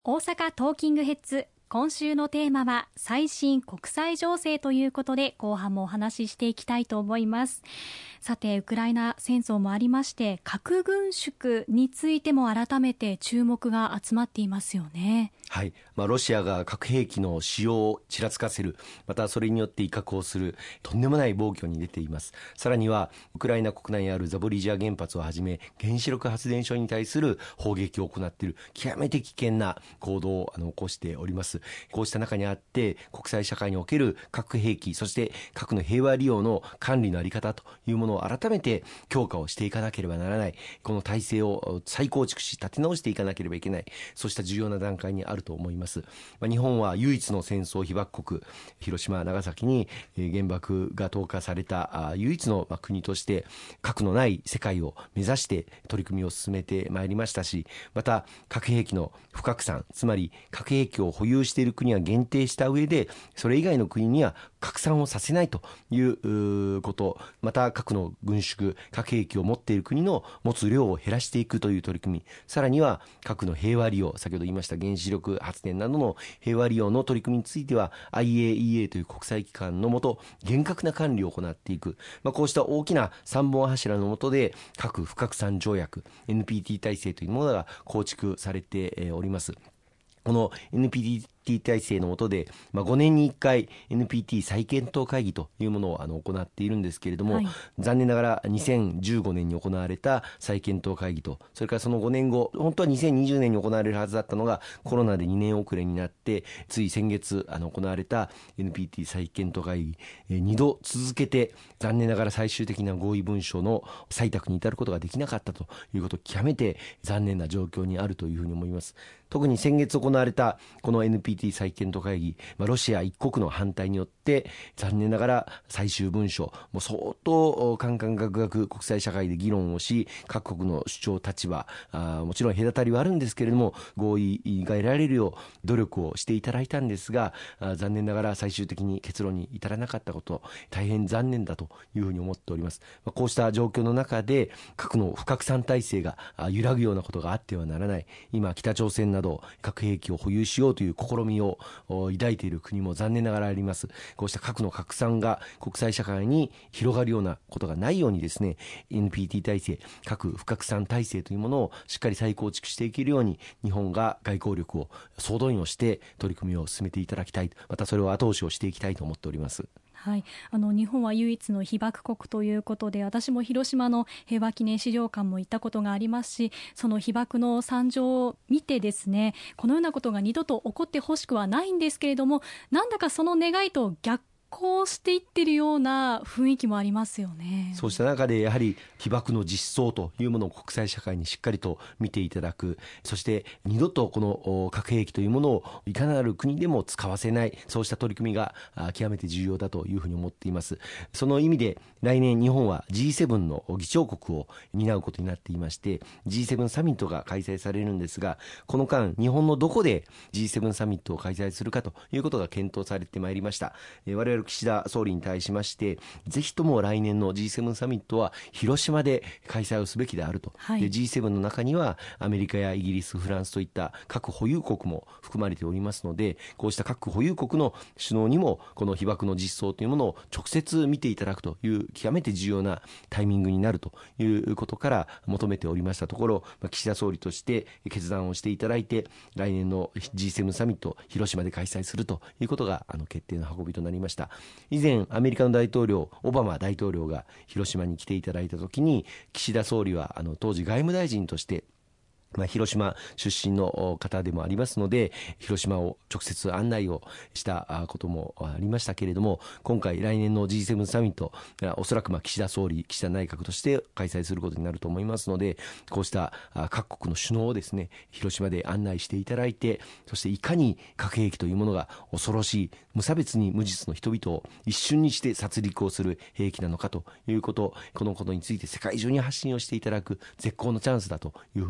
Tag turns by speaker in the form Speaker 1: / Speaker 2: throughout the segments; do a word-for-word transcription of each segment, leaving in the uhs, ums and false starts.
Speaker 1: 大阪トーキングヘッズ、今週のテーマは最新国際情勢ということで、後半もお話ししていきたいと思います。さて、ウクライナ戦争もありまして、核軍縮についても改めて注目が集まっていますよね。
Speaker 2: はい、まあ、ロシアが核兵器の使用をちらつかせる、またそれによって威嚇をするとんでもない暴挙に出ています。さらにはウクライナ国内にあるザポリージャ原発をはじめ原子力発電所に対する砲撃を行っている極めて危険な行動をあの起こしております。こうした中にあって国際社会における核兵器、そして核の平和利用の管理の在り方というものを改めて強化をしていかなければならない、この体制を再構築し立て直していかなければいけない、そうした重要な段階にあると思います。まあ、日本は唯一の戦争被爆国、広島長崎に原爆が投下された唯一の国として核のない世界を目指して取り組みを進めてまいりましたし、また核兵器の不拡散、つまり核兵器を保有している国は限定した上でそれ以外の国には拡散をさせないということ、また核の軍縮、核兵器を持っている国の持つ量を減らしていくという取り組み、さらには核の平和利用、先ほど言いました原子力発電などの平和利用の取り組みについては アイエーイーエー という国際機関のもと厳格な管理を行っていく、まあ、こうした大きなさんぼん柱の下で核不拡散条約 エヌピーティー 体制というものが構築されております。この エヌピーティー 体制の下で、まあ、ごねんにいっかい エヌピーティー 再検討会議というものをあの行っているんですけれども、はい、残念ながらにせんじゅうごねんに行われた再検討会議と、それからそのごねんご、本当はにせんにじゅうねんに行われるはずだったのがコロナでにねん遅れになって、つい先月あの行われた エヌピーティー 再検討会議、えー、にど続けて残念ながら最終的な合意文書の採択に至ることができなかったということ、極めて残念な状況にあるというふうに思います。特に先月行われたこの エヌピーティー 再検討会議、まあ、ロシア一国の反対によって残念ながら最終文書もう相当カンカンガクガク国際社会で議論をし、各国の主張立場、あもちろん隔たりはあるんですけれども合意が得られるよう努力をしていただいたんですが、あ残念ながら最終的に結論に至らなかったこと、大変残念だというふうに思っております。まあ、こうした状況の中で核の不拡散体制が揺らぐようなことがあってはならない。今北朝鮮など核兵器を保有しようという試みを抱いている国も残念ながらあります。こうした核の拡散が国際社会に広がるようなことがないようにですね、 エヌピーティー 体制、核不拡散体制というものをしっかり再構築していけるように日本が外交力を総動員をして取り組みを進めていただきたい、またそれを後押しをしていきたいと思っております。
Speaker 1: はい、あの日本は唯一の被爆国ということで、私も広島の平和記念資料館も行ったことがありますし、その被爆の惨状を見てですね、このようなことが二度と起こってほしくはないんですけれども、なんだかその願いと逆こうしていってるような雰囲気もありますよね。
Speaker 2: そうした中でやはり被爆の実相というものを国際社会にしっかりと見ていただく、そして二度とこの核兵器というものをいかなる国でも使わせない、そうした取り組みが極めて重要だというふうに思っています。その意味で来年日本は ジーセブン の議長国を担うことになっていまして、 ジーセブン サミットが開催されるんですが、この間日本のどこで ジーセブン サミットを開催するかということが検討されてまいりました。我々岸田総理に対しまして、ぜひとも来年の ジーセブン サミットは広島で開催をすべきであると、はい、で ジーセブン の中にはアメリカやイギリス、フランスといった核保有国も含まれておりますので、こうした核保有国の首脳にもこの被爆の実相というものを直接見ていただくという極めて重要なタイミングになるということから求めておりましたところ、岸田総理として決断をしていただいて、来年の ジーセブン サミット広島で開催するということがあの決定の運びとなりました。以前アメリカの大統領オバマ大統領が広島に来ていただいたときに、岸田総理はあの当時外務大臣としてまあ、広島出身の方でもありますので、広島を直接案内をしたこともありましたけれども、今回来年の ジーセブン サミット、おそらくまあ岸田総理、岸田内閣として開催することになると思いますので、こうした各国の首脳をですね、広島で案内していただいて、そしていかに核兵器というものが恐ろしい、無差別に無実の人々を一瞬にして殺戮をする兵器なのかということ、このことについて世界中に発信をしていただく絶好のチャンスだというふうに思います。 。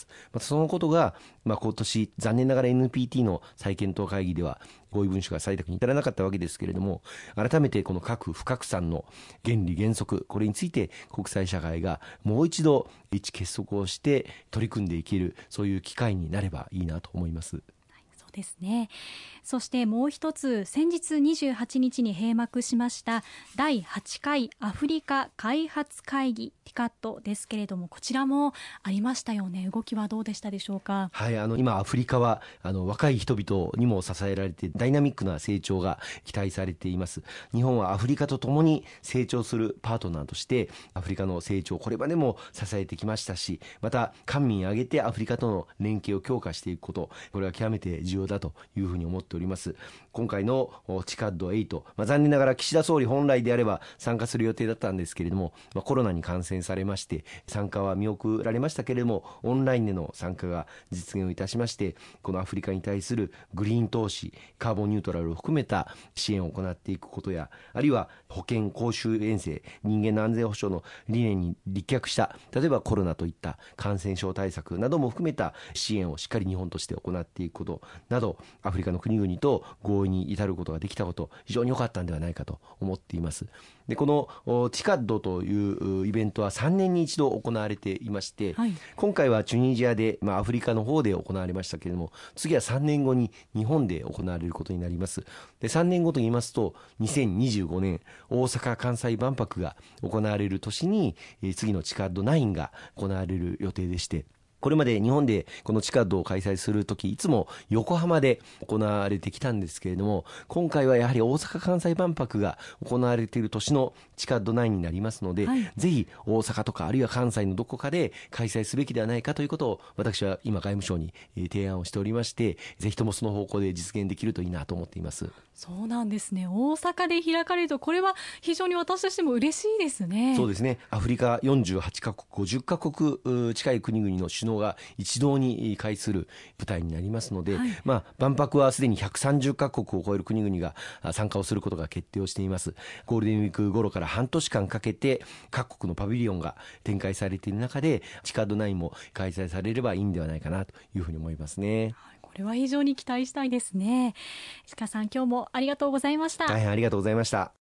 Speaker 2: またそのことが、まあ、今年残念ながら エヌピーティー の再検討会議では合意文書が採択に至らなかったわけですけれども、改めてこの核不拡散の原理原則、これについて国際社会がもう一度一致結束をして取り組んでいける、そういう機会になればいいなと思います。
Speaker 1: そうですね。そしてもう一つ、先日にじゅうはちにちに閉幕しましただいはちかいアフリカ開発会議ティカットですけれども、こちらもありましたよね。動きはどうでしたでしょうか。
Speaker 2: はい、あの今アフリカはあの若い人々にも支えられてダイナミックな成長が期待されています。日本はアフリカとともに成長するパートナーとしてアフリカの成長をこれまでも支えてきましたし、また官民挙げてアフリカとの連携を強化していくこと、これは極めて重要だというふうに思っております。今回のチカッドはち、まあ、残念ながら岸田総理本来であれば参加する予定だったんですけれども、まあ、コロナに感染されまして参加は見送られましたけれども、オンラインでの参加が実現をいたしまして、このアフリカに対するグリーン投資、カーボンニュートラルを含めた支援を行っていくことや、あるいは保健公衆衛生、人間の安全保障の理念に立脚した、例えばコロナといった感染症対策なども含めた支援をしっかり日本として行っていくことなど、アフリカの国々と合意に至ることができたこと、非常に良かったんではないかと思っています。でこのチカッドというイベントはさんねんに一度行われていまして、はい、今回はチュニジアで、まあ、アフリカの方で行われましたけれども、次はさんねんごに日本で行われることになります。でさんねんごと言いますとにせんにじゅうごねん大阪・関西万博が行われる年に次のチカッドナインが行われる予定でして、これまで日本でこのチカッドを開催するとき、いつも横浜で行われてきたんですけれども、今回はやはり大阪・関西万博が行われている年のチカッドナインになりますので、はい、ぜひ大阪とかあるいは関西のどこかで開催すべきではないかということを私は今外務省に提案をしておりまして、ぜひともその方向で実現できるといいなと思っています。
Speaker 1: そうなんですね。大阪で開かれると、これは非常に私としても嬉しいですね。
Speaker 2: そうですね。アフリカよんじゅうはちカ国、ごじゅっカ国近い国々の首脳が一堂に会する舞台になりますので、はい、まあ、万博はすでにひゃくさんじゅっカ国を超える国々が参加をすることが決定をしています。ゴールデンウィーク頃から半年間かけて各国のパビリオンが展開されている中で、チカッドナインも開催されればいいんではないかなというふうに思いますね。
Speaker 1: はい、これは非常に期待したいですね。石川さん、今日もありがとうございました。
Speaker 2: 大変ありがとうございました。